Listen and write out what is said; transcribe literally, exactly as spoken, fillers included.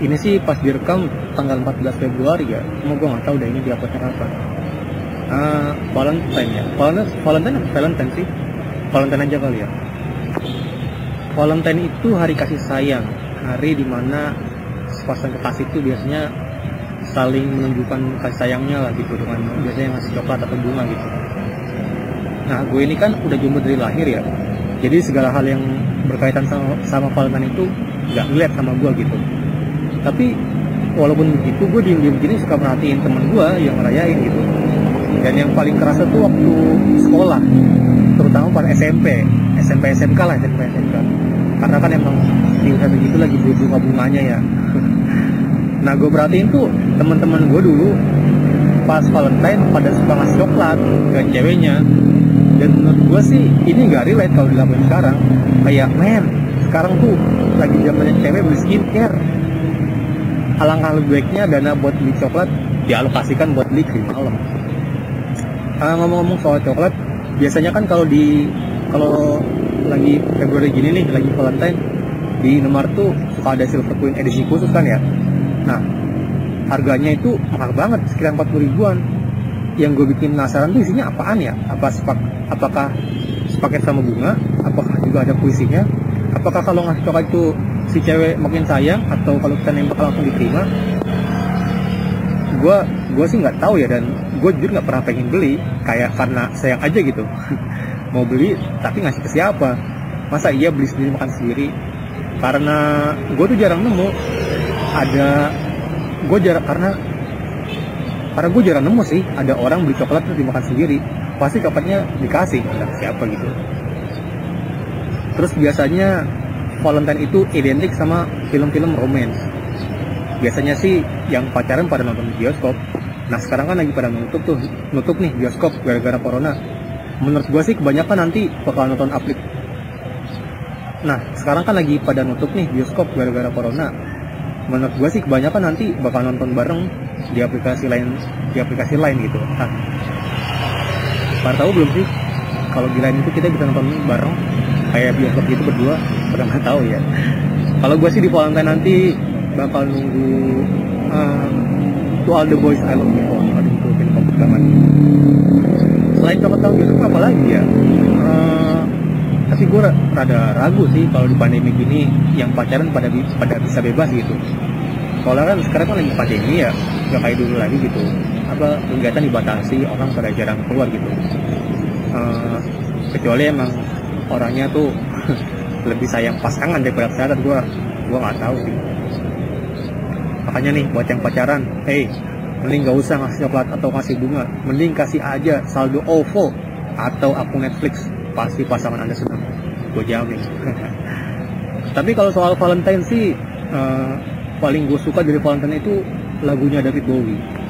Ini sih pas direkam tanggal empat belas Februari ya. Cuma gue nggak tahu deh ini di uploadnya kapan. Uh, Valentine ya. Valentine, Valentine apa Valentine sih? Valentine aja kali ya. Valentine itu hari kasih sayang, hari dimana sepasang kekasih itu biasanya saling menunjukkan kasih sayangnya lah gitu, dengan biasanya ngasih coklat atau bunga gitu. Nah, gue ini kan udah jomblo dari lahir ya, jadi segala hal yang berkaitan sama, sama Valentine itu nggak ngeliat sama gue gitu. Tapi walaupun begitu, gue diem-diem gini suka merhatiin temen gue yang ngerayain gitu. Dan yang paling kerasa tuh waktu sekolah, terutama pada S M P, S M P S M K lah, S M P S M K. Karena kan emang di usia begitu lagi bunga bunganya ya. Nah, gue perhatiin tuh teman-teman gue dulu pas Valentine pada suka ngasih coklat ke ceweknya. Dan menurut gue sih ini nggak relate kalau dilakuin sekarang. Kayak men, sekarang tuh lagi zamannya cewek beli skincare. Alangkah lebih baiknya dana buat beli coklat dialokasikan buat beli krim malam. Nah, ngomong-ngomong soal coklat, biasanya kan kalau di kalau lagi Februari gini nih, lagi Valentine, di Indomaret tuh suka ada Silver Queen edisi khusus kan ya. Nah, harganya itu mahal banget, sekitar empat puluh ribuan. Yang gue bikin penasaran tuh isinya apaan ya? Apa sepak, apakah sepaket sama bunga? Apakah juga ada puisinya? Apakah kalau ngasih coklat itu si cewek makin sayang, atau kalau kita nembak langsung diterima? Gue gue sih nggak tahu ya, dan gue jujur nggak pernah pengen beli, kayak karena sayang aja gitu. Mau beli tapi ngasih ke siapa? Masa iya beli sendiri makan sendiri? Karena gue tuh jarang nemu ada gue jarang karena karena gue jarang nemu sih ada orang beli coklat terus dimakan sendiri. Pasti coklatnya dikasih ke siapa gitu. Terus biasanya Valentine itu identik sama film-film romance. Biasanya sih yang pacaran pada nonton di bioskop. Nah, sekarang kan lagi pada nutup tuh, nutup nih bioskop gara-gara corona. Menurut gue sih kebanyakan nanti bakal nonton aplik. Nah, sekarang kan lagi pada nutup nih bioskop gara-gara corona. Menurut gue sih kebanyakan nanti bakal nonton bareng di aplikasi lain, di aplikasi lain gitu. Nah, pada tahu belum sih kalau di lain itu kita bisa nonton bareng kayak bioskop gitu berdua? Pada nggak tahu ya. Kalau gue sih di Valentine nanti bakal nunggu uh, To All The Boys I Love You For. Aduh, itu film banget. Selain coklat tahun bioskop apa lagi ya? Uh, tapi gue rada ragu sih kalau di pandemi gini yang pacaran pada pada bisa bebas gitu. Soalnya kan sekarang kan lagi pandemi ya, gak kayak dulu lagi gitu. Apa kegiatan dibatasi, orang pada jarang keluar gitu. Uh, kecuali emang orangnya tuh lebih sayang pasangan daripada kesehatan. Gue gue nggak tahu sih. Makanya nih buat yang pacaran, hey, mending gak usah ngasih coklat atau ngasih bunga, mending kasih aja saldo O V O atau akun Netflix. Pasti pasangan Anda senang, gue jamin. Tapi kalau soal Valentine sih, uh, paling gue suka dari Valentine itu lagunya David Bowie.